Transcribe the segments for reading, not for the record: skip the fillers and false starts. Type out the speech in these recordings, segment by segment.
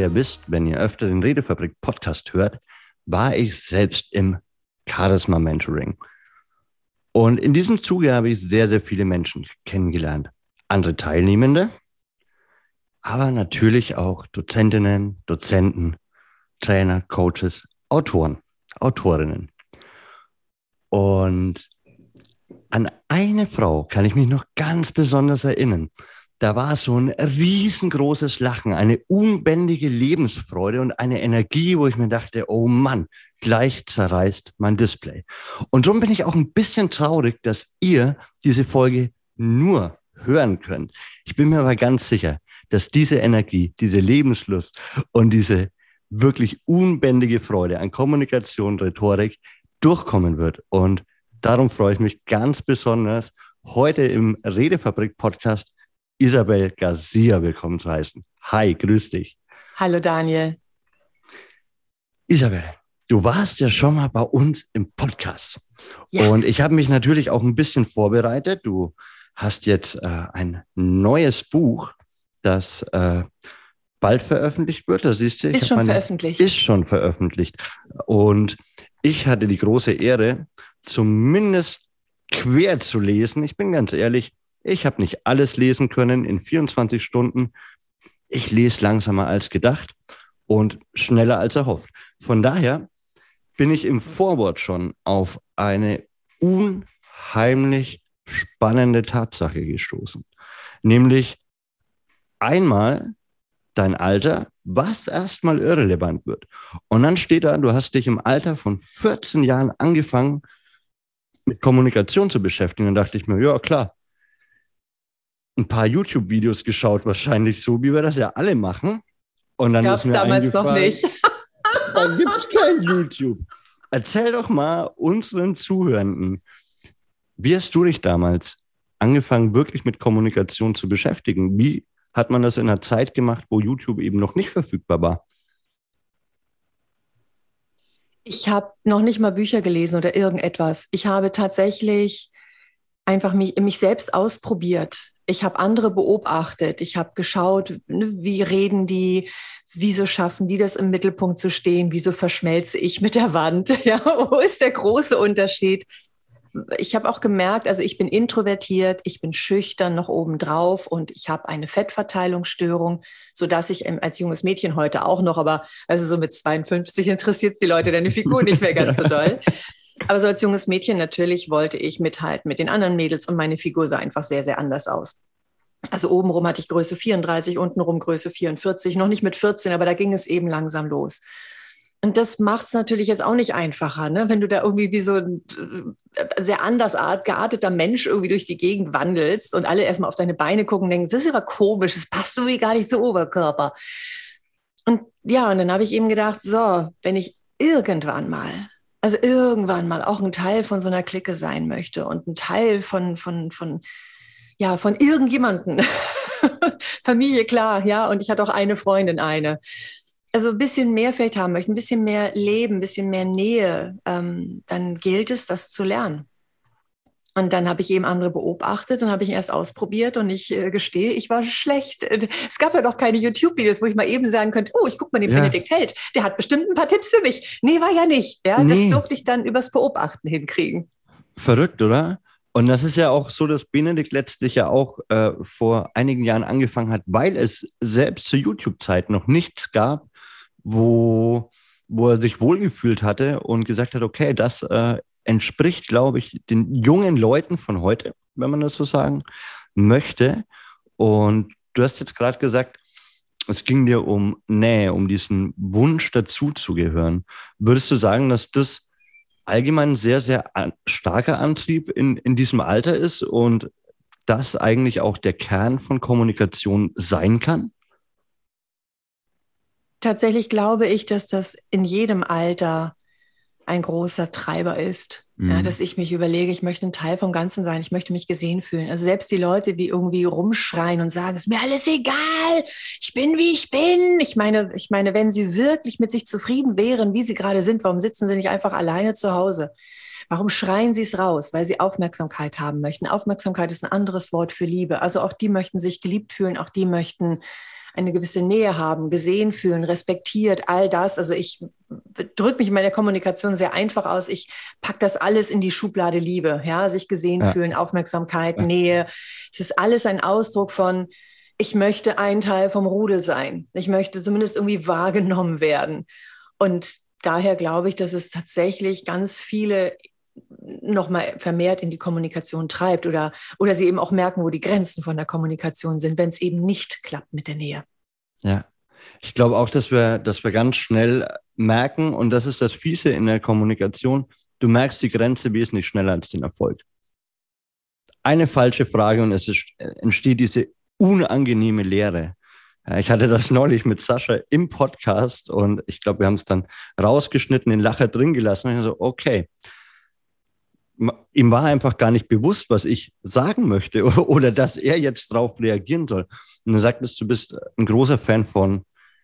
ja wisst, wenn ihr öfter den Redefabrik-Podcast hört, war ich selbst im Charisma-Mentoring. Und in diesem Zuge habe ich sehr, sehr viele Menschen kennengelernt. Andere Teilnehmende, aber natürlich auch Dozentinnen, Dozenten, Trainer, Coaches, Autoren, Autorinnen. Und an eine Frau kann ich mich noch ganz besonders erinnern. Da war so ein riesengroßes Lachen, eine unbändige Lebensfreude und eine Energie, wo ich mir dachte, oh Mann, gleich zerreißt mein Display. Und darum bin ich auch ein bisschen traurig, dass ihr diese Folge nur hören könnt. Ich bin mir aber ganz sicher, dass diese Energie, diese Lebenslust und diese wirklich unbändige Freude an Kommunikation, Rhetorik durchkommen wird. Und darum freue ich mich ganz besonders, heute im Redefabrik-Podcast Isabel Garcia willkommen zu heißen. Hi, grüß dich. Hallo Daniel. Isabel, du warst ja schon mal bei uns im Podcast. Ja. Und ich habe mich natürlich auch ein bisschen vorbereitet. Du hast jetzt ein neues Buch, das bald veröffentlicht wird. Das siehst du, ist schon veröffentlicht. Ist schon veröffentlicht. Und ich hatte die große Ehre, zumindest quer zu lesen. Ich bin ganz ehrlich, ich habe nicht alles lesen können in 24 Stunden. Ich lese langsamer als gedacht und schneller als erhofft. Von daher bin ich im Vorwort schon auf eine unheimlich spannende Tatsache gestoßen. Nämlich einmal dein Alter, was erstmal irrelevant wird. Und dann steht da, du hast dich im Alter von 14 Jahren angefangen, mit Kommunikation zu beschäftigen. Und dachte ich mir, ja klar, ein paar YouTube-Videos geschaut, wahrscheinlich so, wie wir das ja alle machen. Und das gab es damals noch nicht. Da gibt es kein YouTube. Erzähl doch mal unseren Zuhörenden, wie hast du dich damals angefangen, wirklich mit Kommunikation zu beschäftigen? Wie hat man das in einer Zeit gemacht, wo YouTube eben noch nicht verfügbar war? Ich habe noch nicht mal Bücher gelesen oder irgendetwas. Ich habe tatsächlich einfach mich selbst ausprobiert. Ich habe andere beobachtet. Ich habe geschaut, wie reden die, wieso schaffen die das im Mittelpunkt zu stehen, wieso verschmelze ich mit der Wand? Ja, wo ist der große Unterschied? Ich habe auch gemerkt, also ich bin introvertiert, ich bin schüchtern noch obendrauf und ich habe eine Fettverteilungsstörung, sodass ich als junges Mädchen heute auch noch, aber also so mit 52 interessiert die Leute deine Figur nicht mehr ganz so doll. Aber so als junges Mädchen natürlich wollte ich mithalten mit den anderen Mädels und meine Figur sah einfach sehr, sehr anders aus. Also obenrum hatte ich Größe 34, untenrum Größe 44, noch nicht mit 14, aber da ging es eben langsam los. Und das macht es natürlich jetzt auch nicht einfacher, ne? Wenn du da irgendwie wie so ein sehr anders gearteter Mensch irgendwie durch die Gegend wandelst und alle erstmal auf deine Beine gucken und denken, das ist aber komisch, das passt irgendwie gar nicht zu Oberkörper. Und ja, und dann habe ich eben gedacht, so, wenn ich irgendwann mal auch ein Teil von so einer Clique sein möchte und ein Teil von irgendjemanden, Familie, klar, ja, und ich hatte auch eine Freundin, also ein bisschen mehr vielleicht haben möchte, ein bisschen mehr Leben, ein bisschen mehr Nähe, dann gilt es, das zu lernen. Und dann habe ich eben andere beobachtet und habe ich erst ausprobiert und ich gestehe, ich war schlecht. Es gab ja doch keine YouTube-Videos, wo ich mal eben sagen könnte, oh, ich gucke mal den Benedikt Held, der hat bestimmt ein paar Tipps für mich. Nee, war ja nicht. Ja, nee. Das durfte ich dann übers Beobachten hinkriegen. Verrückt, oder? Und das ist ja auch so, dass Benedikt letztlich ja auch vor einigen Jahren angefangen hat, weil es selbst zur YouTube-Zeit noch nichts gab, wo er sich wohlgefühlt hatte und gesagt hat, okay, das entspricht, glaube ich, den jungen Leuten von heute, wenn man das so sagen möchte. Und du hast jetzt gerade gesagt, es ging dir um Nähe, um diesen Wunsch dazuzugehören. Würdest du sagen, dass das allgemein ein sehr, sehr starker Antrieb in diesem Alter ist und das eigentlich auch der Kern von Kommunikation sein kann? Tatsächlich glaube ich, dass das in jedem Alter ein großer Treiber ist. Ja, dass ich mich überlege, ich möchte ein Teil vom Ganzen sein, ich möchte mich gesehen fühlen. Also selbst die Leute, die irgendwie rumschreien und sagen, es ist mir alles egal, ich bin, wie ich bin. Ich meine, wenn sie wirklich mit sich zufrieden wären, wie sie gerade sind, warum sitzen sie nicht einfach alleine zu Hause? Warum schreien sie es raus? Weil sie Aufmerksamkeit haben möchten. Aufmerksamkeit ist ein anderes Wort für Liebe. Also auch die möchten sich geliebt fühlen, auch die möchten eine gewisse Nähe haben, gesehen fühlen, respektiert, all das. Also ich drücke mich in meiner Kommunikation sehr einfach aus. Ich packe das alles in die Schublade Liebe, ja, sich gesehen fühlen, Aufmerksamkeit, Nähe. Es ist alles ein Ausdruck von, ich möchte ein Teil vom Rudel sein. Ich möchte zumindest irgendwie wahrgenommen werden. Und daher glaube ich, dass es tatsächlich ganz viele nochmal vermehrt in die Kommunikation treibt oder sie eben auch merken, wo die Grenzen von der Kommunikation sind, wenn es eben nicht klappt mit der Nähe. Ja, ich glaube auch, dass wir ganz schnell merken, und das ist das Fiese in der Kommunikation, du merkst die Grenze wesentlich schneller als den Erfolg. Eine falsche Frage und entsteht diese unangenehme Leere. Ich hatte das neulich mit Sascha im Podcast und ich glaube, wir haben es dann rausgeschnitten, den Lacher drin gelassen und ich so, okay, ihm war einfach gar nicht bewusst, was ich sagen möchte oder dass er jetzt darauf reagieren soll. Und du sagtest, du bist ein großer Fan von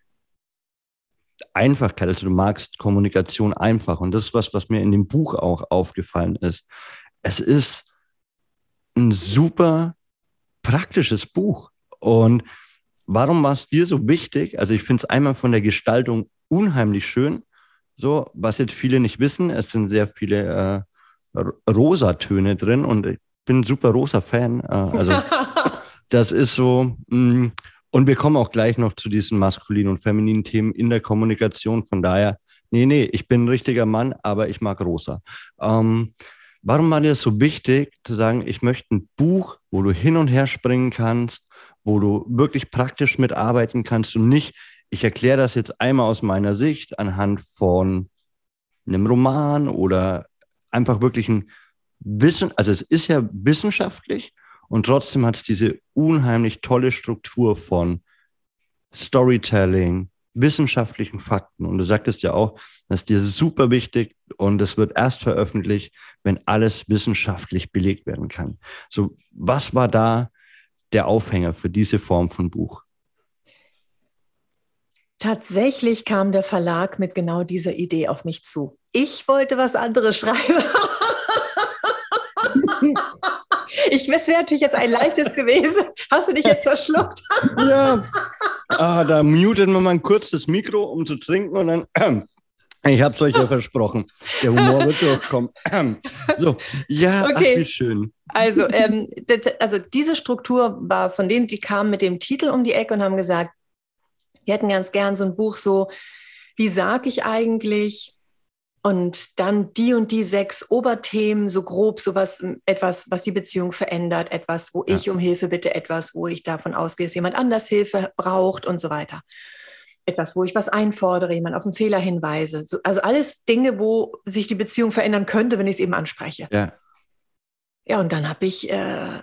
Einfachkeit, also du magst Kommunikation einfach. Und das ist was mir in dem Buch auch aufgefallen ist. Es ist ein super praktisches Buch. Und warum war es dir so wichtig? Also ich finde es einmal von der Gestaltung unheimlich schön. So, was jetzt viele nicht wissen, es sind sehr viele Rosatöne drin und ich bin ein super rosa Fan. Also das ist so. Und wir kommen auch gleich noch zu diesen maskulinen und femininen Themen in der Kommunikation. Von daher, nee, ich bin ein richtiger Mann, aber ich mag rosa. Warum war dir das so wichtig, zu sagen, ich möchte ein Buch, wo du hin und her springen kannst, wo du wirklich praktisch mitarbeiten kannst und nicht, ich erkläre das jetzt einmal aus meiner Sicht anhand von einem Roman oder einfach wirklich ein Wissen, also es ist ja wissenschaftlich und trotzdem hat es diese unheimlich tolle Struktur von Storytelling, wissenschaftlichen Fakten. Und du sagtest ja auch, das ist dir super wichtig und es wird erst veröffentlicht, wenn alles wissenschaftlich belegt werden kann. So, was war da der Aufhänger für diese Form von Buch? Tatsächlich kam der Verlag mit genau dieser Idee auf mich zu. Ich wollte was anderes schreiben. Es wäre natürlich jetzt ein leichtes gewesen. Hast du dich jetzt verschluckt? Ja. Da mutet man mal kurz das Mikro, um zu trinken und dann... Ich habe es euch ja versprochen. Der Humor wird durchkommen. So, ja, okay. Ach, wie schön. Also diese Struktur war von denen, die kamen mit dem Titel um die Ecke und haben gesagt, wir hätten ganz gern so ein Buch so, wie sage ich eigentlich? Und dann die und die 6 Oberthemen, so grob, etwas, was die Beziehung verändert, etwas, wo ich um Hilfe bitte, etwas, wo ich davon ausgehe, dass jemand anders Hilfe braucht und so weiter. Etwas, wo ich was einfordere, jemand auf einen Fehler hinweise. Also alles Dinge, wo sich die Beziehung verändern könnte, wenn ich es eben anspreche. Ja. Ja, und dann habe ich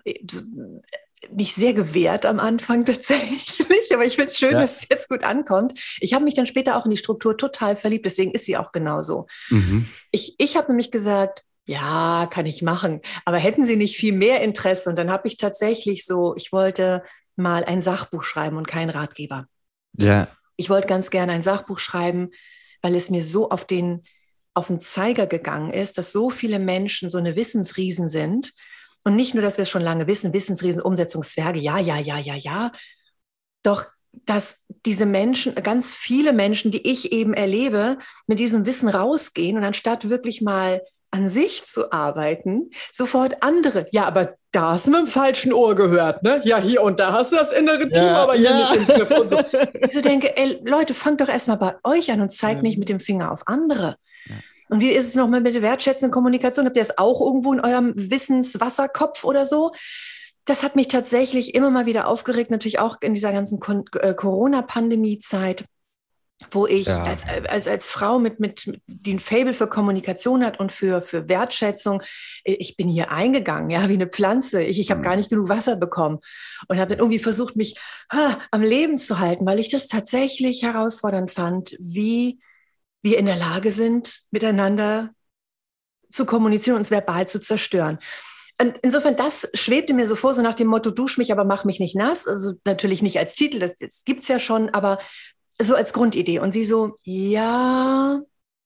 mich sehr gewehrt am Anfang tatsächlich, aber ich finde es schön, dass es jetzt gut ankommt. Ich habe mich dann später auch in die Struktur total verliebt, deswegen ist sie auch genauso. Mhm. Ich habe nämlich gesagt, ja, kann ich machen, aber hätten Sie nicht viel mehr Interesse? Und dann habe ich tatsächlich ich wollte mal ein Sachbuch schreiben und keinen Ratgeber. Ja. Ich wollte ganz gerne ein Sachbuch schreiben, weil es mir so auf den Zeiger gegangen ist, dass so viele Menschen so eine Wissensriesen sind. Und nicht nur, dass wir es schon lange wissen, Wissensriesen, Umsetzungszwerge, ja. Doch, dass diese Menschen, ganz viele Menschen, die ich eben erlebe, mit diesem Wissen rausgehen und anstatt wirklich mal an sich zu arbeiten, sofort andere. Ja, aber da hast du mit dem falschen Ohr gehört, ne? Ja, hier und da hast du das innere Team, aber hier nicht im Griff und so. Ich so denke, ey, Leute, fangt doch erstmal bei euch an und zeigt nicht mit dem Finger auf andere. Ja. Und wie ist es nochmal mit der wertschätzenden Kommunikation? Habt ihr das auch irgendwo in eurem Wissenswasserkopf oder so? Das hat mich tatsächlich immer mal wieder aufgeregt, natürlich auch in dieser ganzen Corona-Pandemie-Zeit, wo ich als Frau die ein Faible für Kommunikation hat und für Wertschätzung, ich bin hier eingegangen, ja, wie eine Pflanze. Ich habe gar nicht genug Wasser bekommen und habe dann irgendwie versucht, mich am Leben zu halten, weil ich das tatsächlich herausfordernd fand, wie wir in der Lage sind, miteinander zu kommunizieren und uns verbal zu zerstören. Und insofern, das schwebte mir so vor, so nach dem Motto, dusch mich, aber mach mich nicht nass. Also natürlich nicht als Titel, das gibt's ja schon, aber so als Grundidee. Und sie so, ja,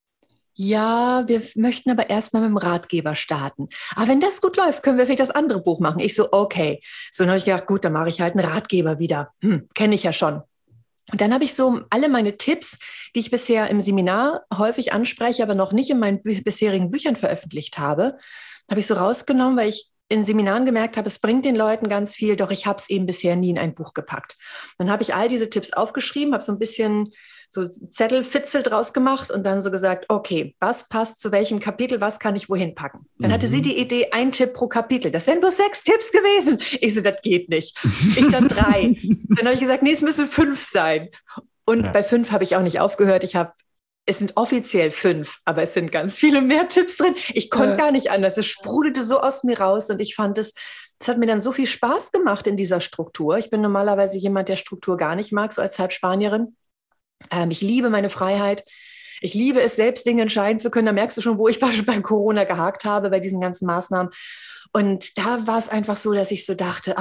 wir möchten aber erstmal mit dem Ratgeber starten. Aber wenn das gut läuft, können wir vielleicht das andere Buch machen. Ich so, okay. So, dann habe ich gedacht, gut, dann mache ich halt einen Ratgeber wieder. Kenne ich ja schon. Und dann habe ich so alle meine Tipps, die ich bisher im Seminar häufig anspreche, aber noch nicht in meinen bisherigen Büchern veröffentlicht habe ich so rausgenommen, weil ich in Seminaren gemerkt habe, es bringt den Leuten ganz viel, doch ich habe es eben bisher nie in ein Buch gepackt. Dann habe ich all diese Tipps aufgeschrieben, habe so ein bisschen so Zettelfitzel draus gemacht und dann so gesagt, okay, was passt zu welchem Kapitel, was kann ich wohin packen? Dann hatte sie die Idee, ein Tipp pro Kapitel. Das wären bloß 6 Tipps gewesen. Ich so, das geht nicht. Ich dann 3. Dann habe ich gesagt, nee, es müssen 5 sein. Und bei 5 habe ich auch nicht aufgehört. Es sind offiziell 5, aber es sind ganz viele mehr Tipps drin. Ich konnte gar nicht anders. Es sprudelte so aus mir raus und ich fand es hat mir dann so viel Spaß gemacht in dieser Struktur. Ich bin normalerweise jemand, der Struktur gar nicht mag, so als Halbspanierin. Ich liebe meine Freiheit. Ich liebe es, selbst Dinge entscheiden zu können. Da merkst du schon, wo ich bei Corona gehakt habe, bei diesen ganzen Maßnahmen. Und da war es einfach so, dass ich so dachte,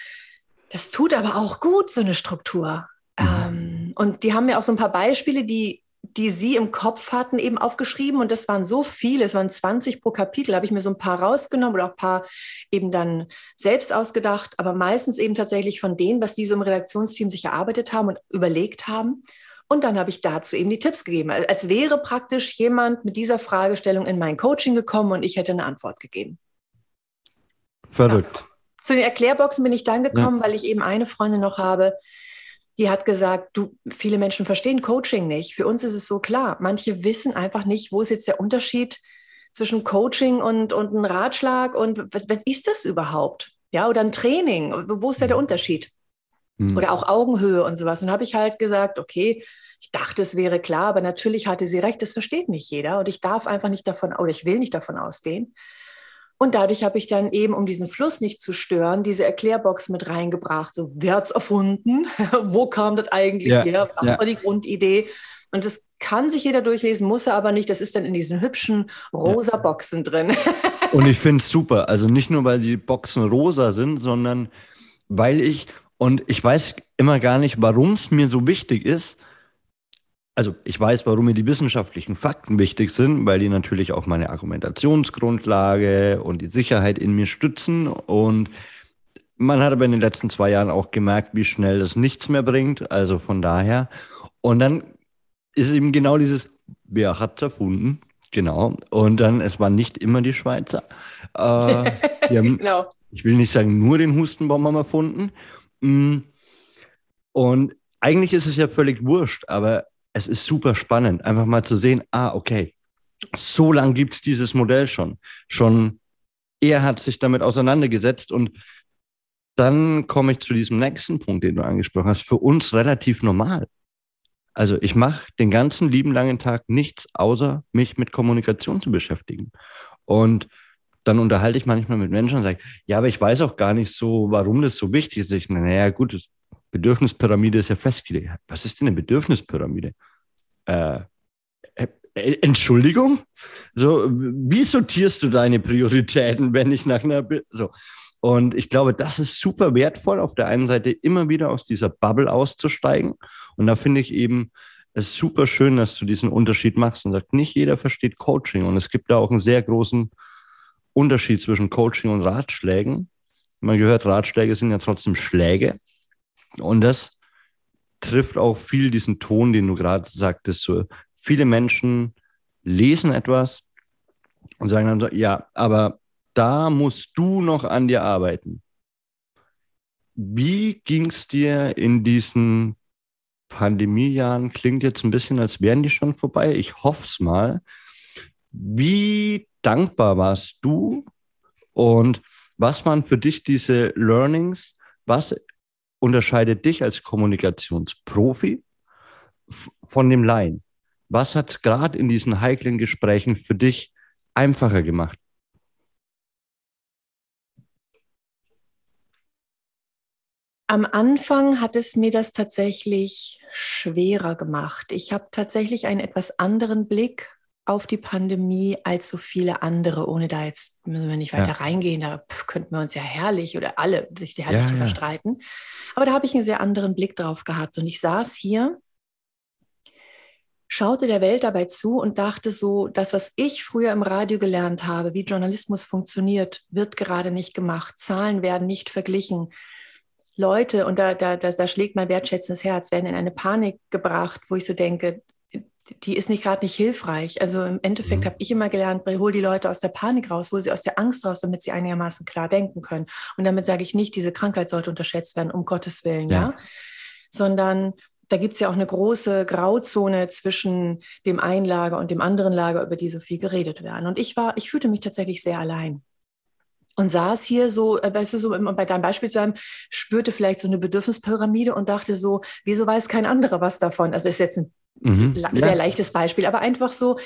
das tut aber auch gut, so eine Struktur. Und die haben mir auch so ein paar Beispiele, die sie im Kopf hatten, eben aufgeschrieben. Und das waren so viele, es waren 20 pro Kapitel, habe ich mir so ein paar rausgenommen oder auch ein paar eben dann selbst ausgedacht, aber meistens eben tatsächlich von denen, was die so im Redaktionsteam sich erarbeitet haben und überlegt haben. Und dann habe ich dazu eben die Tipps gegeben, als wäre praktisch jemand mit dieser Fragestellung in mein Coaching gekommen und ich hätte eine Antwort gegeben. Verrückt. Ja. Zu den Erklärboxen bin ich dann gekommen, weil ich eben eine Freundin noch habe, die hat gesagt, viele Menschen verstehen Coaching nicht. Für uns ist es so klar. Manche wissen einfach nicht, wo ist jetzt der Unterschied zwischen Coaching und einem Ratschlag und was ist das überhaupt? Ja, oder ein Training. Wo ist da der Unterschied? Oder auch Augenhöhe und sowas. Und habe ich halt gesagt, okay, ich dachte, es wäre klar, aber natürlich hatte sie recht, das versteht nicht jeder. Und ich darf einfach nicht ich will nicht davon ausgehen. Und dadurch habe ich dann eben, um diesen Fluss nicht zu stören, diese Erklärbox mit reingebracht. So, wer hat's erfunden? Wo kam das eigentlich her? Was war die Grundidee? Und das kann sich jeder durchlesen, muss er aber nicht. Das ist dann in diesen hübschen rosa Boxen drin. Und ich finde es super. Also nicht nur, weil die Boxen rosa sind, sondern weil ich weiß immer gar nicht, warum es mir so wichtig ist. Also ich weiß, warum mir die wissenschaftlichen Fakten wichtig sind, weil die natürlich auch meine Argumentationsgrundlage und die Sicherheit in mir stützen. Und man hat aber in den letzten 2 Jahren auch gemerkt, wie schnell das nichts mehr bringt. Also von daher. Und dann ist eben genau dieses, wer hat's erfunden? Genau. Und dann, es waren nicht immer die Schweizer. Die haben, genau. Ich will nicht sagen, nur den Hustenbonbon erfunden. Und eigentlich ist es ja völlig wurscht, aber es ist super spannend, einfach mal zu sehen, okay, so lange gibt es dieses Modell schon. Schon er hat sich damit auseinandergesetzt und dann komme ich zu diesem nächsten Punkt, den du angesprochen hast, für uns relativ normal. Also ich mache den ganzen lieben langen Tag nichts, außer mich mit Kommunikation zu beschäftigen. Und dann unterhalte ich manchmal mit Menschen und sage, ja, aber ich weiß auch gar nicht so, warum das so wichtig ist. Ich, naja, gut, Bedürfnispyramide ist ja festgelegt. Was ist denn eine Bedürfnispyramide? Entschuldigung? So, wie sortierst du deine Prioritäten, wenn ich nach einer... So. Und ich glaube, das ist super wertvoll, auf der einen Seite immer wieder aus dieser Bubble auszusteigen. Und da finde ich eben es super schön, dass du diesen Unterschied machst und sagst, nicht jeder versteht Coaching. Und es gibt da auch einen sehr großen Unterschied zwischen Coaching und Ratschlägen. Man gehört, Ratschläge sind ja trotzdem Schläge. Und das trifft auch viel diesen Ton, den du gerade sagtest. So, viele Menschen lesen etwas und sagen dann so, ja, aber da musst du noch an dir arbeiten. Wie ging es dir in diesen Pandemiejahren? Klingt jetzt ein bisschen, als wären die schon vorbei. Ich hoffe es mal. Wie dankbar warst du und was waren für dich diese Learnings? Was unterscheidet dich als Kommunikationsprofi von dem Laien? Was hat gerade in diesen heiklen Gesprächen für dich einfacher gemacht? Am Anfang hat es mir das tatsächlich schwerer gemacht. Ich habe tatsächlich einen etwas anderen Blick auf die Pandemie als so viele andere, ohne da jetzt müssen wir nicht weiter reingehen, da könnten wir uns ja herrlich oder alle sich herrlich drüber streiten. Aber da habe ich einen sehr anderen Blick drauf gehabt und ich saß hier, schaute der Welt dabei zu und dachte so, das, was ich früher im Radio gelernt habe, wie Journalismus funktioniert, wird gerade nicht gemacht. Zahlen werden nicht verglichen. Leute, und da schlägt mein wertschätzendes Herz, werden in eine Panik gebracht, wo ich so denke, die ist gerade nicht hilfreich. Also im Endeffekt habe ich immer gelernt, hol die Leute aus der Panik raus, hol sie aus der Angst raus, damit sie einigermaßen klar denken können. Und damit sage ich nicht, diese Krankheit sollte unterschätzt werden, um Gottes Willen, ja. Sondern da gibt es ja auch eine große Grauzone zwischen dem einen Lager und dem anderen Lager, über die so viel geredet werden. Und ich fühlte mich tatsächlich sehr allein. Und saß hier so, weißt du, so bei deinem Beispiel zu haben, spürte vielleicht so eine Bedürfnispyramide und dachte so, wieso weiß kein anderer was davon? Also das ist jetzt ein sehr leichtes Beispiel, aber einfach so,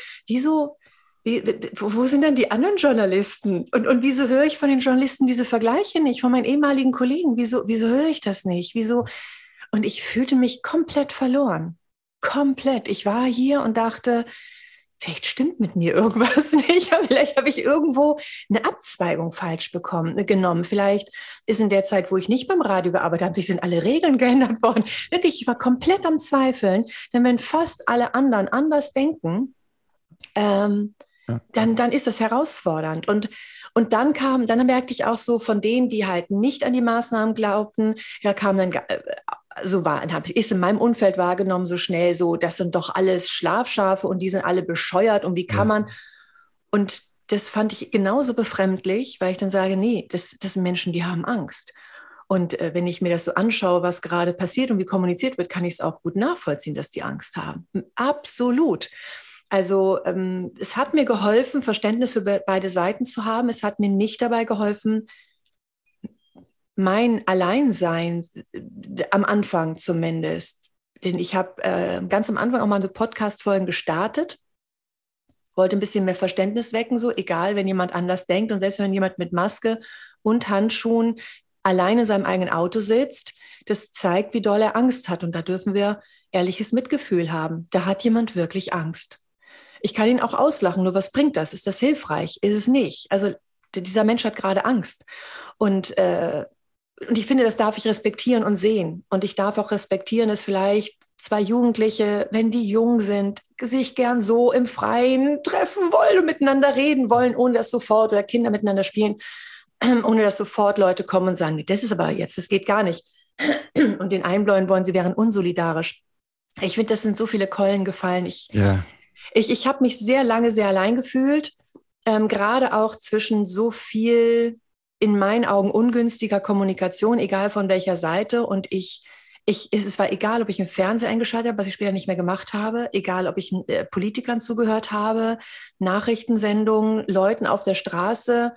wo sind denn die anderen Journalisten? Und wieso höre ich von den Journalisten diese Vergleiche nicht, von meinen ehemaligen Kollegen? Wieso höre ich das nicht? Wieso? Und ich fühlte mich komplett verloren. Komplett. Ich war hier und dachte, vielleicht stimmt mit mir irgendwas nicht. Vielleicht habe ich irgendwo eine Abzweigung falsch genommen. Vielleicht ist in der Zeit, wo ich nicht beim Radio gearbeitet habe, sind alle Regeln geändert worden. Wirklich, ich war komplett am Zweifeln. Denn wenn fast alle anderen anders denken, dann ist das herausfordernd. Und dann merkte ich auch so von denen, die halt nicht an die Maßnahmen glaubten, da kam dann habe ich es in meinem Umfeld wahrgenommen, so schnell so, das sind doch alles Schlafschafe und die sind alle bescheuert und wie kann man? Und das fand ich genauso befremdlich, weil ich dann sage, nee, das sind Menschen, die haben Angst. Und wenn ich mir das so anschaue, was gerade passiert und wie kommuniziert wird, kann ich es auch gut nachvollziehen, dass die Angst haben. Absolut. Also es hat mir geholfen, Verständnis für beide Seiten zu haben. Es hat mir nicht dabei geholfen, mein Alleinsein am Anfang zumindest. Denn ich habe ganz am Anfang auch mal so Podcast-Folgen gestartet, wollte ein bisschen mehr Verständnis wecken, so egal, wenn jemand anders denkt und selbst wenn jemand mit Maske und Handschuhen alleine in seinem eigenen Auto sitzt, das zeigt, wie doll er Angst hat. Und da dürfen wir ehrliches Mitgefühl haben. Da hat jemand wirklich Angst. Ich kann ihn auch auslachen, nur was bringt das? Ist das hilfreich? Ist es nicht? Also dieser Mensch hat gerade Angst. Und ich finde, das darf ich respektieren und sehen. Und ich darf auch respektieren, dass vielleicht zwei Jugendliche, wenn die jung sind, sich gern so im Freien treffen wollen und miteinander reden wollen, ohne dass sofort, oder Kinder miteinander spielen, ohne dass sofort Leute kommen und sagen, das ist aber jetzt, das geht gar nicht. Und den einbläuen wollen, sie wären unsolidarisch. Ich finde, das sind so viele Keulen gefallen. Ich habe mich sehr lange sehr allein gefühlt, gerade auch zwischen so viel in meinen Augen ungünstiger Kommunikation, egal von welcher Seite. Und es war egal, ob ich im Fernsehen eingeschaltet habe, was ich später nicht mehr gemacht habe, egal, ob ich Politikern zugehört habe, Nachrichtensendungen, Leuten auf der Straße.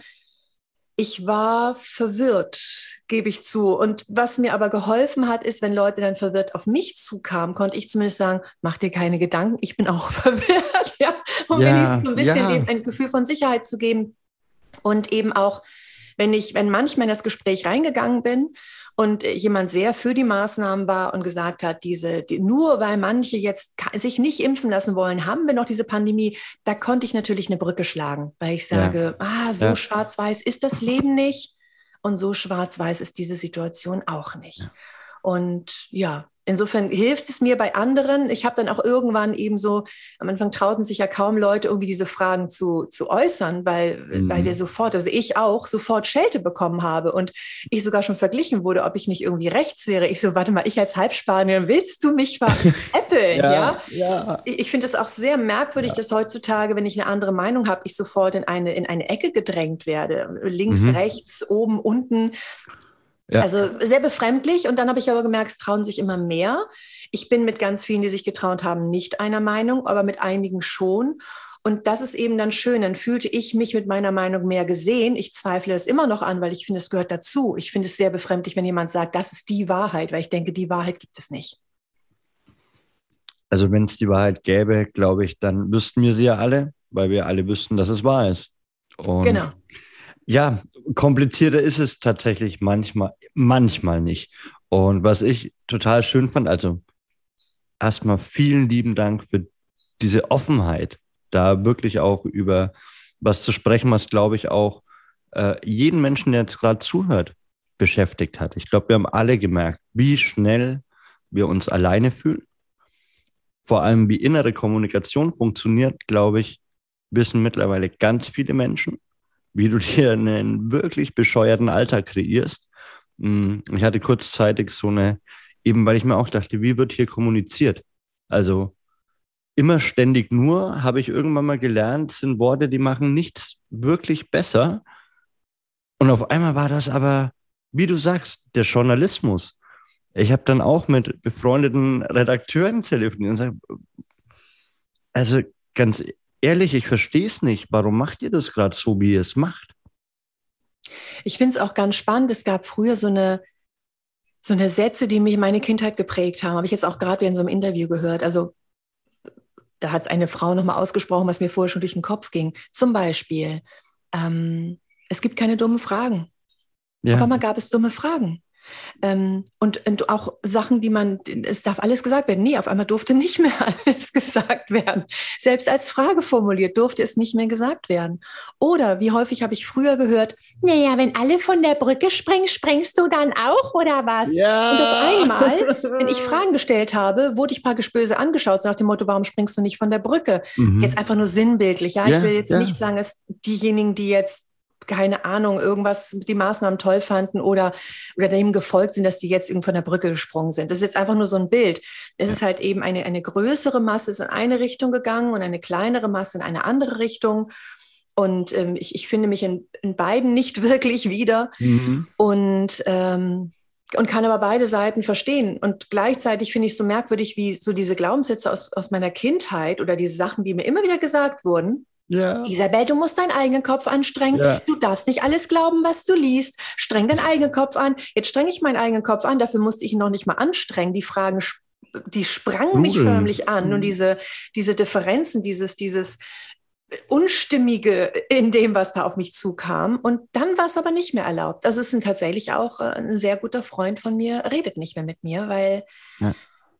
Ich war verwirrt, gebe ich zu. Und was mir aber geholfen hat, ist, wenn Leute dann verwirrt auf mich zukamen, konnte ich zumindest sagen, mach dir keine Gedanken, ich bin auch verwirrt. Ja? Um wenigstens so ein bisschen eben ein Gefühl von Sicherheit zu geben. Und eben auch, wenn manchmal in das Gespräch reingegangen bin und jemand sehr für die Maßnahmen war und gesagt hat, nur weil manche jetzt sich nicht impfen lassen wollen, haben wir noch diese Pandemie, da konnte ich natürlich eine Brücke schlagen, weil ich sage, so schwarz-weiß ist das Leben nicht und so schwarz-weiß ist diese Situation auch nicht. Ja. Und insofern hilft es mir bei anderen. Ich habe dann auch irgendwann eben so, am Anfang trauten sich ja kaum Leute, irgendwie diese Fragen zu äußern, weil wir ich auch sofort Schelte bekommen habe und ich sogar schon verglichen wurde, ob ich nicht irgendwie rechts wäre. Ich so, warte mal, ich als Halbspanier, willst du mich veräppeln? Ja. Ich finde es auch sehr merkwürdig, dass heutzutage, wenn ich eine andere Meinung habe, ich sofort in eine Ecke gedrängt werde. Links, rechts, oben, unten. Ja. Also sehr befremdlich. Und dann habe ich aber gemerkt, es trauen sich immer mehr. Ich bin mit ganz vielen, die sich getraut haben, nicht einer Meinung, aber mit einigen schon. Und das ist eben dann schön. Dann fühlte ich mich mit meiner Meinung mehr gesehen. Ich zweifle es immer noch an, weil ich finde, es gehört dazu. Ich finde es sehr befremdlich, wenn jemand sagt, das ist die Wahrheit, weil ich denke, die Wahrheit gibt es nicht. Also wenn es die Wahrheit gäbe, glaube ich, dann wüssten wir sie ja alle, weil wir alle wüssten, dass es wahr ist. Und genau. Ja, komplizierter ist es tatsächlich manchmal nicht. Und was ich total schön fand, also erstmal vielen lieben Dank für diese Offenheit, da wirklich auch über was zu sprechen, was, glaube ich, auch jeden Menschen, der jetzt gerade zuhört, beschäftigt hat. Ich glaube, wir haben alle gemerkt, wie schnell wir uns alleine fühlen. Vor allem, wie innere Kommunikation funktioniert, glaube ich, wissen mittlerweile ganz viele Menschen, wie du dir einen wirklich bescheuerten Alltag kreierst, Ich hatte kurzzeitig so eine, eben weil ich mir auch dachte, wie wird hier kommuniziert? Also immer ständig nur, habe ich irgendwann mal gelernt, sind Worte, die machen nichts wirklich besser. Und auf einmal war das aber, wie du sagst, der Journalismus. Ich habe dann auch mit befreundeten Redakteuren telefoniert und gesagt, also ganz ehrlich, ich verstehe es nicht. Warum macht ihr das gerade so, wie ihr es macht? Ich finde es auch ganz spannend. Es gab früher so eine Sätze, die mich meine Kindheit geprägt haben. Habe ich jetzt auch gerade wieder in so einem Interview gehört. Also da hat eine Frau nochmal ausgesprochen, was mir vorher schon durch den Kopf ging. Zum Beispiel, es gibt keine dummen Fragen. Auf Ja, einmal gab es dumme Fragen. Und auch Sachen, es darf alles gesagt werden. Nee, auf einmal durfte nicht mehr alles gesagt werden. Selbst als Frage formuliert durfte es nicht mehr gesagt werden. Oder wie häufig habe ich früher gehört, naja, wenn alle von der Brücke springen, springst du dann auch oder was? Und auf ja. einmal, wenn ich Fragen gestellt habe, wurde ich praktisch böse angeschaut, so nach dem Motto, warum springst du nicht von der Brücke? Jetzt Mhm. einfach nur sinnbildlich. Ja, ich will Ja, jetzt nicht ja. sagen, dass diejenigen, die jetzt keine Ahnung, irgendwas, die Maßnahmen toll fanden oder dem gefolgt sind, dass die jetzt irgendwo von der Brücke gesprungen sind. Das ist jetzt einfach nur so ein Bild. Es Ja. ist halt eben eine größere Masse ist in eine Richtung gegangen und eine kleinere Masse in eine andere Richtung. Und ich finde mich in beiden nicht wirklich wieder Mhm. und kann aber beide Seiten verstehen. Und gleichzeitig finde ich es so merkwürdig, wie so diese Glaubenssätze aus meiner Kindheit oder diese Sachen, die mir immer wieder gesagt wurden. Ja, Isabel, du musst deinen eigenen Kopf anstrengen. ja. Du darfst nicht alles glauben, was du liest. Streng deinen eigenen Kopf an. Jetzt strenge ich meinen eigenen Kopf an. Dafür musste ich ihn noch nicht mal anstrengen. Die Fragen, die sprangen mich Rudeln. förmlich an. Und diese Differenzen, dieses Unstimmige in dem, was da auf mich zukam. Und dann war es aber nicht mehr erlaubt. Also es sind tatsächlich auch ein sehr guter Freund von mir, redet nicht mehr mit mir, weil Ja.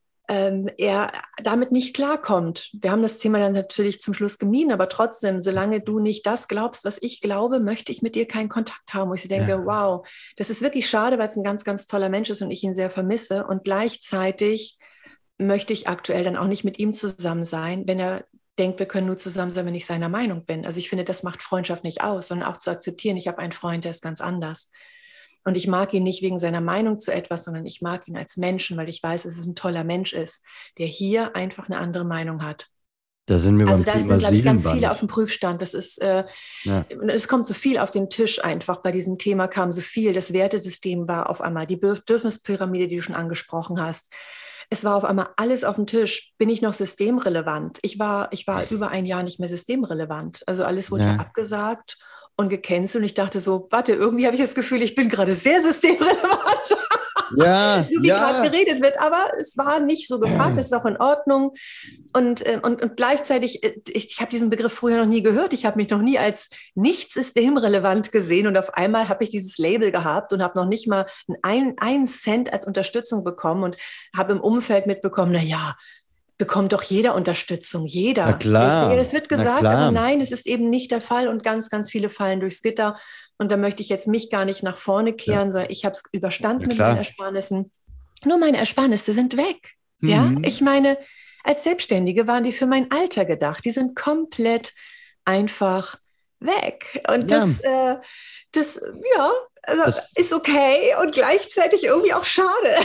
er damit nicht klarkommt. Wir haben das Thema dann natürlich zum Schluss gemieden, aber trotzdem, solange du nicht das glaubst, was ich glaube, möchte ich mit dir keinen Kontakt haben, wo ich denke, Ja. wow, das ist wirklich schade, weil es ein ganz, ganz toller Mensch ist und ich ihn sehr vermisse. Und gleichzeitig möchte ich aktuell dann auch nicht mit ihm zusammen sein, wenn er denkt, wir können nur zusammen sein, wenn ich seiner Meinung bin. Also ich finde, das macht Freundschaft nicht aus, sondern auch zu akzeptieren, ich habe einen Freund, der ist ganz anders. Und ich mag ihn nicht wegen seiner Meinung zu etwas, sondern ich mag ihn als Menschen, weil ich weiß, dass es ein toller Mensch ist, der hier einfach eine andere Meinung hat. Da sind wir Also beim da sind, Thema glaube ich, ganz viele auf Seelenband. dem Prüfstand. Ja. Es kommt so viel auf den Tisch einfach. Bei diesem Thema kam so viel. Das Wertesystem war auf einmal, die Bedürfnispyramide, die du schon angesprochen hast. Es war auf einmal alles auf dem Tisch. Bin ich noch systemrelevant? Ich war über ein Jahr nicht mehr systemrelevant. Also alles wurde ja Ja. abgesagt und gecancelt. Und ich dachte so, warte, irgendwie habe ich das Gefühl, ich bin gerade sehr systemrelevant. Ja, So wie gerade ja. geredet wird, aber es war nicht so gefragt, das ist auch in Ordnung. Und gleichzeitig, ich habe diesen Begriff früher noch nie gehört, ich habe mich noch nie als nicht systemrelevant gesehen und auf einmal habe ich dieses Label gehabt und habe noch nicht mal einen Cent als Unterstützung bekommen und habe im Umfeld mitbekommen, naja, bekommt doch jeder Unterstützung, Na jeder. Sag ich, ja, klar. das wird Na gesagt, aber klar. nein, es ist eben nicht der Fall und ganz, ganz viele fallen durchs Gitter. Und da möchte ich jetzt mich gar nicht nach vorne Ja, kehren, sondern ich habe es na überstanden mit meinen klar. Ersparnissen. Nur meine Ersparnisse sind weg. Ja, Mhm. ich meine, als Selbstständige waren die für mein Alter gedacht. Die sind komplett einfach weg. Und Ja, ja, also das, ist okay und gleichzeitig irgendwie auch schade.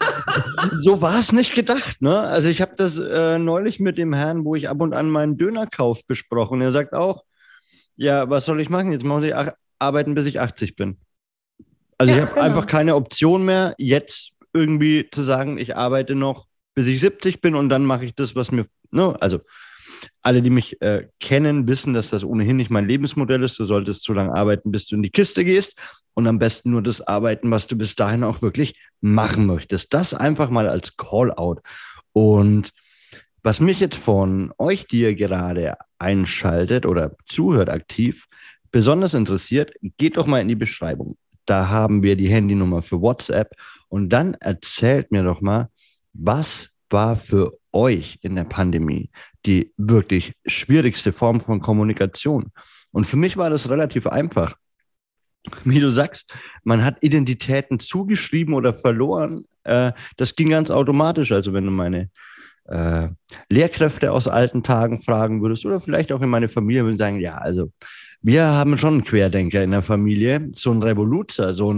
so war es nicht gedacht, ne? Also ich habe das neulich mit dem Herrn, wo ich ab und an meinen Dönerkauf besprochen. Er sagt auch, ja, was soll ich machen? Jetzt muss ich arbeiten, bis ich 80 bin. Also ich Ja, habe einfach genau. keine Option mehr, jetzt irgendwie zu sagen, ich arbeite noch, bis ich 70 bin und dann mache ich das, was mir, ne? Also alle, die mich kennen, wissen, dass das ohnehin nicht mein Lebensmodell ist. Du solltest so lange arbeiten, bis du in die Kiste gehst und am besten nur das arbeiten, was du bis dahin auch wirklich machen möchtest. Das einfach mal als Call-out. Und was mich jetzt von euch, die ihr gerade einschaltet oder zuhört aktiv, besonders interessiert, geht doch mal in die Beschreibung. Da haben wir die Handynummer für WhatsApp und dann erzählt mir doch mal, was war für euch in der Pandemie die wirklich schwierigste Form von Kommunikation? Und für mich war das relativ einfach. Wie du sagst, man hat Identitäten zugeschrieben oder verloren. Das ging ganz automatisch. Also wenn du meine äh, Lehrkräfte aus alten Tagen fragen würdest oder vielleicht auch in meine Familie, würden sagen, ja, also wir haben schon einen Querdenker in der Familie, so ein Revoluzer, so ein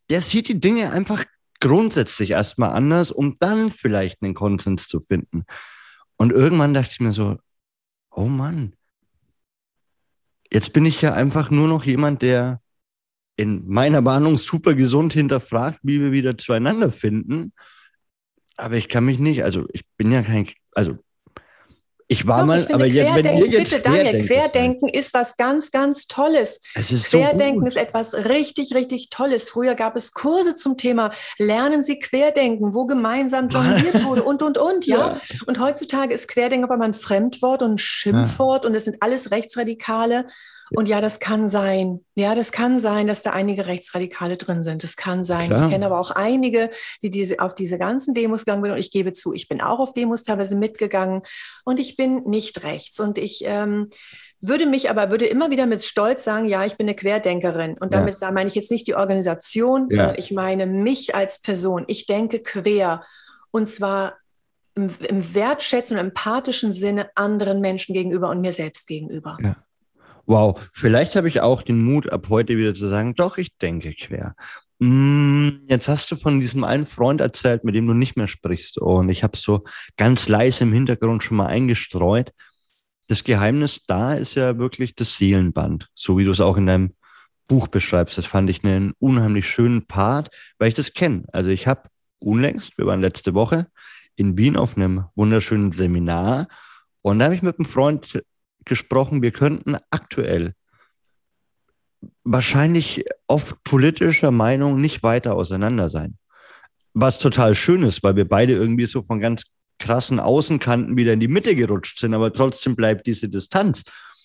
der sieht die Dinge einfach grundsätzlich erstmal anders, um dann vielleicht einen Konsens zu finden. Und irgendwann dachte ich mir so, oh Mann, jetzt bin ich ja einfach nur noch jemand, der in meiner Warnung super gesund hinterfragt, wie wir wieder zueinander finden. Aber ich kann mich nicht, also ich bin ja kein, also ich war Doch, ich mal, aber finde jetzt, wenn ihr jetzt Bitte Daniel, Querdenker seid, Querdenken ist was ganz, ganz Tolles. es ist so Querdenken gut. ist etwas richtig, richtig Tolles. Früher gab es Kurse zum Thema Lernen Sie Querdenken, wo gemeinsam jongliert wurde und, ja. Ja. Und heutzutage ist Querdenken aber mal ein Fremdwort und ein Ja. Schimpfwort und es sind alles Rechtsradikale. Und ja, das kann sein. Ja, das kann sein, dass da einige Rechtsradikale drin sind. Das kann sein. Ich Klar. kenne aber auch einige, die auf diese ganzen Demos gegangen sind. Und ich gebe zu, ich bin auch auf Demos teilweise mitgegangen. Und ich bin nicht rechts. Und ich würde immer wieder mit Stolz sagen, ja, ich bin eine Querdenkerin. Und damit meine ich jetzt nicht die Organisation, sondern ich meine mich als Person. Ich denke quer. Und zwar im wertschätzenden, empathischen Sinne anderen Menschen gegenüber und mir selbst gegenüber. Ja. Wow, vielleicht habe ich auch den Mut, ab heute wieder zu sagen, doch, ich denke quer. Jetzt hast du von diesem einen Freund erzählt, mit dem du nicht mehr sprichst. Und ich habe so ganz leise im Hintergrund schon mal eingestreut. Das Geheimnis da ist ja wirklich das Seelenband, so wie du es auch in deinem Buch beschreibst. Das fand ich einen unheimlich schönen Part, weil ich das kenne. Also ich habe unlängst, wir waren letzte Woche in Wien auf einem wunderschönen Seminar und da habe ich mit einem Freund gesprochen, wir könnten aktuell wahrscheinlich oft politischer Meinung nicht weiter auseinander sein. Was total schön ist, weil wir beide irgendwie so von ganz krassen Außenkanten wieder in die Mitte gerutscht sind, aber trotzdem bleibt diese Distanz.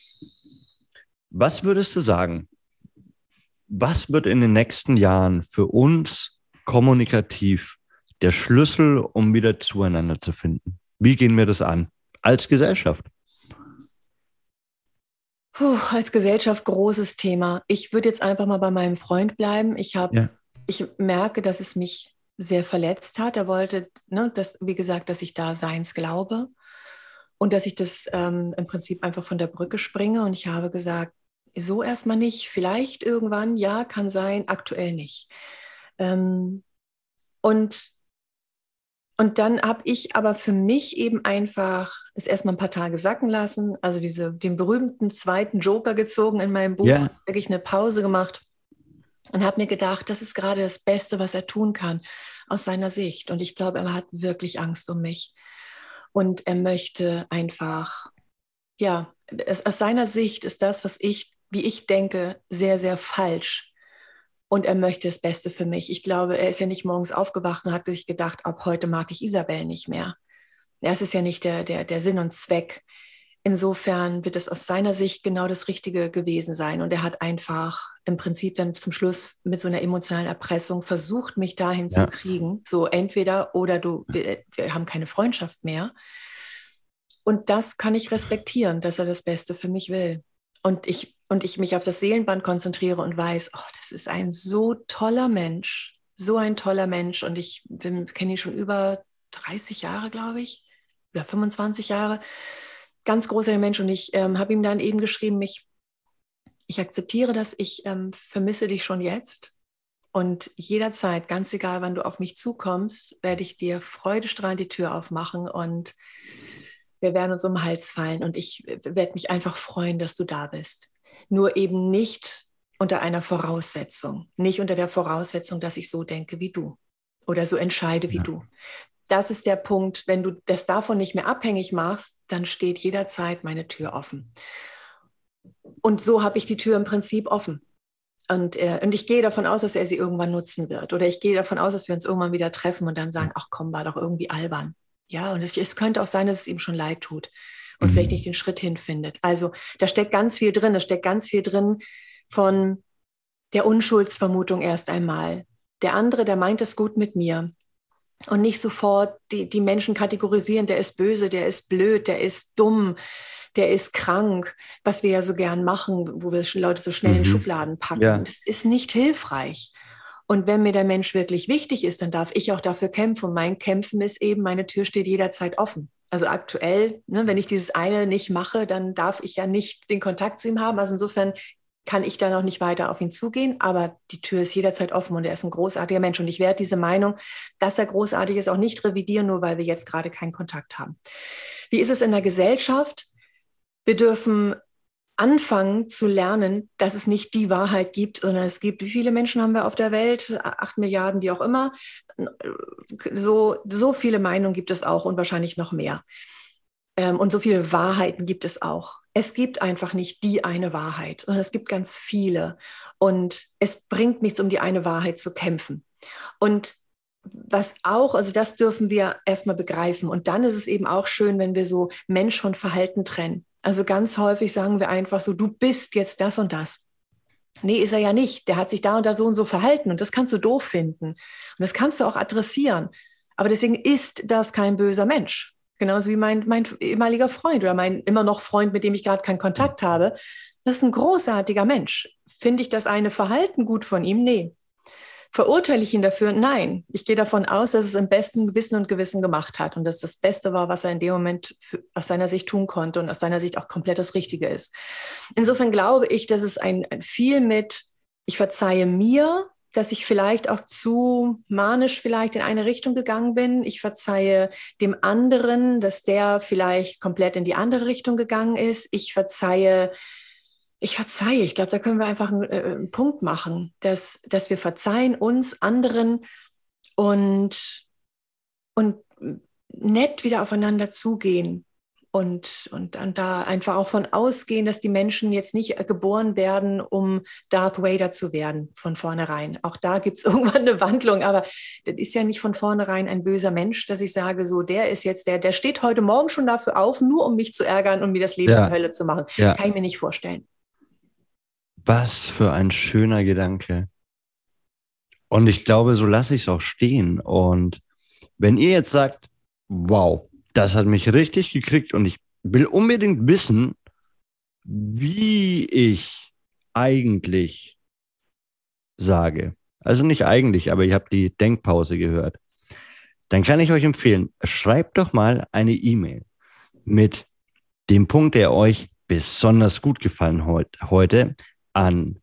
Was würdest du sagen? Was wird in den nächsten Jahren für uns kommunikativ der Schlüssel, um wieder zueinander zu finden? Wie gehen wir das an als Gesellschaft? Als Gesellschaft großes Thema. Ich würde jetzt einfach mal bei meinem Freund bleiben. Ich merke, dass es mich sehr verletzt hat. Er wollte, wie gesagt, dass ich da seins glaube und dass ich das im Prinzip einfach von der Brücke springe. Und ich habe gesagt, so erstmal nicht, vielleicht irgendwann, ja, kann sein, aktuell nicht. Und dann habe ich aber für mich eben einfach es erstmal ein paar Tage sacken lassen, also den berühmten zweiten Joker gezogen in meinem Buch, wirklich eine Pause gemacht und habe mir gedacht, das ist gerade das Beste, was er tun kann aus seiner Sicht. Und ich glaube, er hat wirklich Angst um mich. Und er möchte einfach, ja, aus seiner Sicht ist das, wie ich denke, sehr, sehr falsch. Und er möchte das Beste für mich. Ich glaube, er ist ja nicht morgens aufgewacht und hat sich gedacht, ab heute mag ich Isabel nicht mehr. Das ist ja nicht der Sinn und Zweck. Insofern wird es aus seiner Sicht genau das Richtige gewesen sein. Und er hat einfach im Prinzip dann zum Schluss mit so einer emotionalen Erpressung versucht, mich dahin zu kriegen. So entweder oder wir haben keine Freundschaft mehr. Und das kann ich respektieren, dass er das Beste für mich will. Und ich mich auf das Seelenband konzentriere und weiß, oh, das ist ein so toller Mensch, so ein toller Mensch. Und ich kenne ihn schon über 30 Jahre, glaube ich, oder 25 Jahre. Ganz großer Mensch. Und ich habe ihm dann eben geschrieben, ich akzeptiere das, ich vermisse dich schon jetzt. Und jederzeit, ganz egal, wann du auf mich zukommst, werde ich dir freudestrahlend die Tür aufmachen und wir werden uns um den Hals fallen. Und ich werde mich einfach freuen, dass du da bist. Nur eben nicht unter einer Voraussetzung. Nicht unter der Voraussetzung, dass ich so denke wie du oder so entscheide wie du. Das ist der Punkt, wenn du das davon nicht mehr abhängig machst, dann steht jederzeit meine Tür offen. Und so habe ich die Tür im Prinzip offen. Und ich gehe davon aus, dass er sie irgendwann nutzen wird. Oder ich gehe davon aus, dass wir uns irgendwann wieder treffen und dann sagen, ach komm, war doch irgendwie albern. Ja, und es könnte auch sein, dass es ihm schon leid tut und vielleicht nicht den Schritt hinfindet. Also da steckt ganz viel drin. Da steckt ganz viel drin von der Unschuldsvermutung erst einmal. Der andere, der meint es gut mit mir. Und nicht sofort die Menschen kategorisieren, der ist böse, der ist blöd, der ist dumm, der ist krank, was wir ja so gern machen, wo wir Leute so schnell in Schubladen packen. Ja. Das ist nicht hilfreich. Und wenn mir der Mensch wirklich wichtig ist, dann darf ich auch dafür kämpfen. Und mein Kämpfen ist eben, meine Tür steht jederzeit offen. Also aktuell, wenn ich dieses eine nicht mache, dann darf ich ja nicht den Kontakt zu ihm haben. Also insofern kann ich da noch nicht weiter auf ihn zugehen, aber die Tür ist jederzeit offen und er ist ein großartiger Mensch. Und ich werde diese Meinung, dass er großartig ist, auch nicht revidieren, nur weil wir jetzt gerade keinen Kontakt haben. Wie ist es in der Gesellschaft? Wir dürfen anfangen zu lernen, dass es nicht die Wahrheit gibt, sondern es gibt, wie viele Menschen haben wir auf der Welt? 8 Milliarden, wie auch immer. So viele Meinungen gibt es auch und wahrscheinlich noch mehr. Und so viele Wahrheiten gibt es auch. Es gibt einfach nicht die eine Wahrheit, sondern es gibt ganz viele. Und es bringt nichts, um die eine Wahrheit zu kämpfen. Und was auch, also das dürfen wir erstmal begreifen. Und dann ist es eben auch schön, wenn wir so Mensch von Verhalten trennen. Also ganz häufig sagen wir einfach so, du bist jetzt das und das. Nee, ist er ja nicht. Der hat sich da und da so und so verhalten. Und das kannst du doof finden. Und das kannst du auch adressieren. Aber deswegen ist das kein böser Mensch. Genauso wie mein ehemaliger Freund oder mein immer noch Freund, mit dem ich gerade keinen Kontakt habe. Das ist ein großartiger Mensch. Finde ich das eine Verhalten gut von ihm? Nee. Verurteile ich ihn dafür? Nein. Ich gehe davon aus, dass es im besten Wissen und Gewissen gemacht hat und dass das Beste war, was er in dem Moment aus seiner Sicht tun konnte und aus seiner Sicht auch komplett das Richtige ist. Insofern glaube ich, dass es ein viel mit, ich verzeihe mir, dass ich vielleicht auch zu manisch vielleicht in eine Richtung gegangen bin. Ich verzeihe dem anderen, dass der vielleicht komplett in die andere Richtung gegangen ist. Ich verzeihe. Ich glaube, da können wir einfach einen Punkt machen, dass wir verzeihen uns, anderen und nett wieder aufeinander zugehen und dann da einfach auch von ausgehen, dass die Menschen jetzt nicht geboren werden, um Darth Vader zu werden von vornherein. Auch da gibt es irgendwann eine Wandlung, aber das ist ja nicht von vornherein ein böser Mensch, dass ich sage, so der ist jetzt der steht heute Morgen schon dafür auf, nur um mich zu ärgern und mir das Leben zur Hölle zu machen. Ja. Kann ich mir nicht vorstellen. Was für ein schöner Gedanke. Und ich glaube, so lasse ich es auch stehen. Und wenn ihr jetzt sagt, wow, das hat mich richtig gekriegt und ich will unbedingt wissen, wie ich eigentlich sage. Also nicht eigentlich, aber ich habe die Denkpause gehört. Dann kann ich euch empfehlen, schreibt doch mal eine E-Mail mit dem Punkt, der euch besonders gut gefallen heute an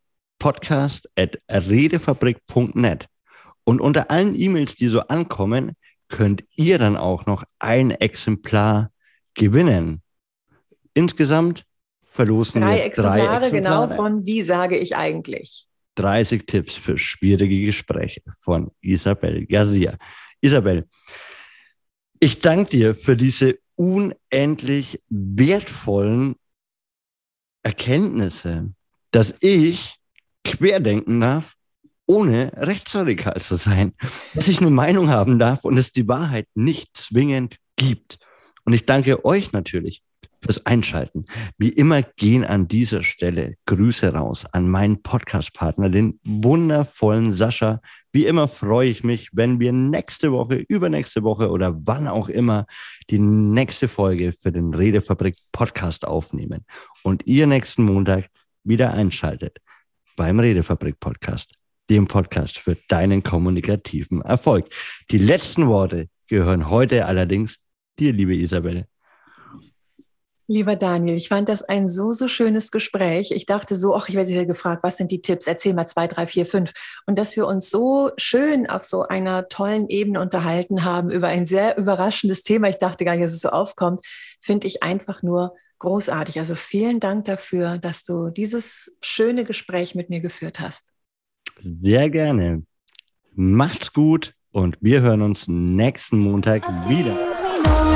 podcast@redefabrik.net. Und unter allen E-Mails, die so ankommen, könnt ihr dann auch noch ein Exemplar gewinnen. Insgesamt verlosen wir 3 Exemplare. Genau, von Wie sage ich eigentlich? 30 Tipps für schwierige Gespräche von Isabel Garcia. Isabel, ich danke dir für diese unendlich wertvollen Erkenntnisse, dass ich querdenken darf, ohne rechtsradikal zu sein, dass ich eine Meinung haben darf und es die Wahrheit nicht zwingend gibt. Und ich danke euch natürlich fürs Einschalten. Wie immer gehen an dieser Stelle Grüße raus an meinen Podcast-Partner, den wundervollen Sascha. Wie immer freue ich mich, wenn wir nächste Woche, übernächste Woche oder wann auch immer die nächste Folge für den Redefabrik-Podcast aufnehmen und ihr nächsten Montag wieder einschaltet beim Redefabrik-Podcast, dem Podcast für deinen kommunikativen Erfolg. Die letzten Worte gehören heute allerdings dir, liebe Isabel. Lieber Daniel, ich fand das ein so schönes Gespräch. Ich dachte so, ich werde wieder gefragt, was sind die Tipps? Erzähl mal 2, 3, 4, 5. Und dass wir uns so schön auf so einer tollen Ebene unterhalten haben über ein sehr überraschendes Thema. Ich dachte gar nicht, dass es so aufkommt. Finde ich einfach nur großartig. Also vielen Dank dafür, dass du dieses schöne Gespräch mit mir geführt hast. Sehr gerne. Macht's gut und wir hören uns nächsten Montag wieder.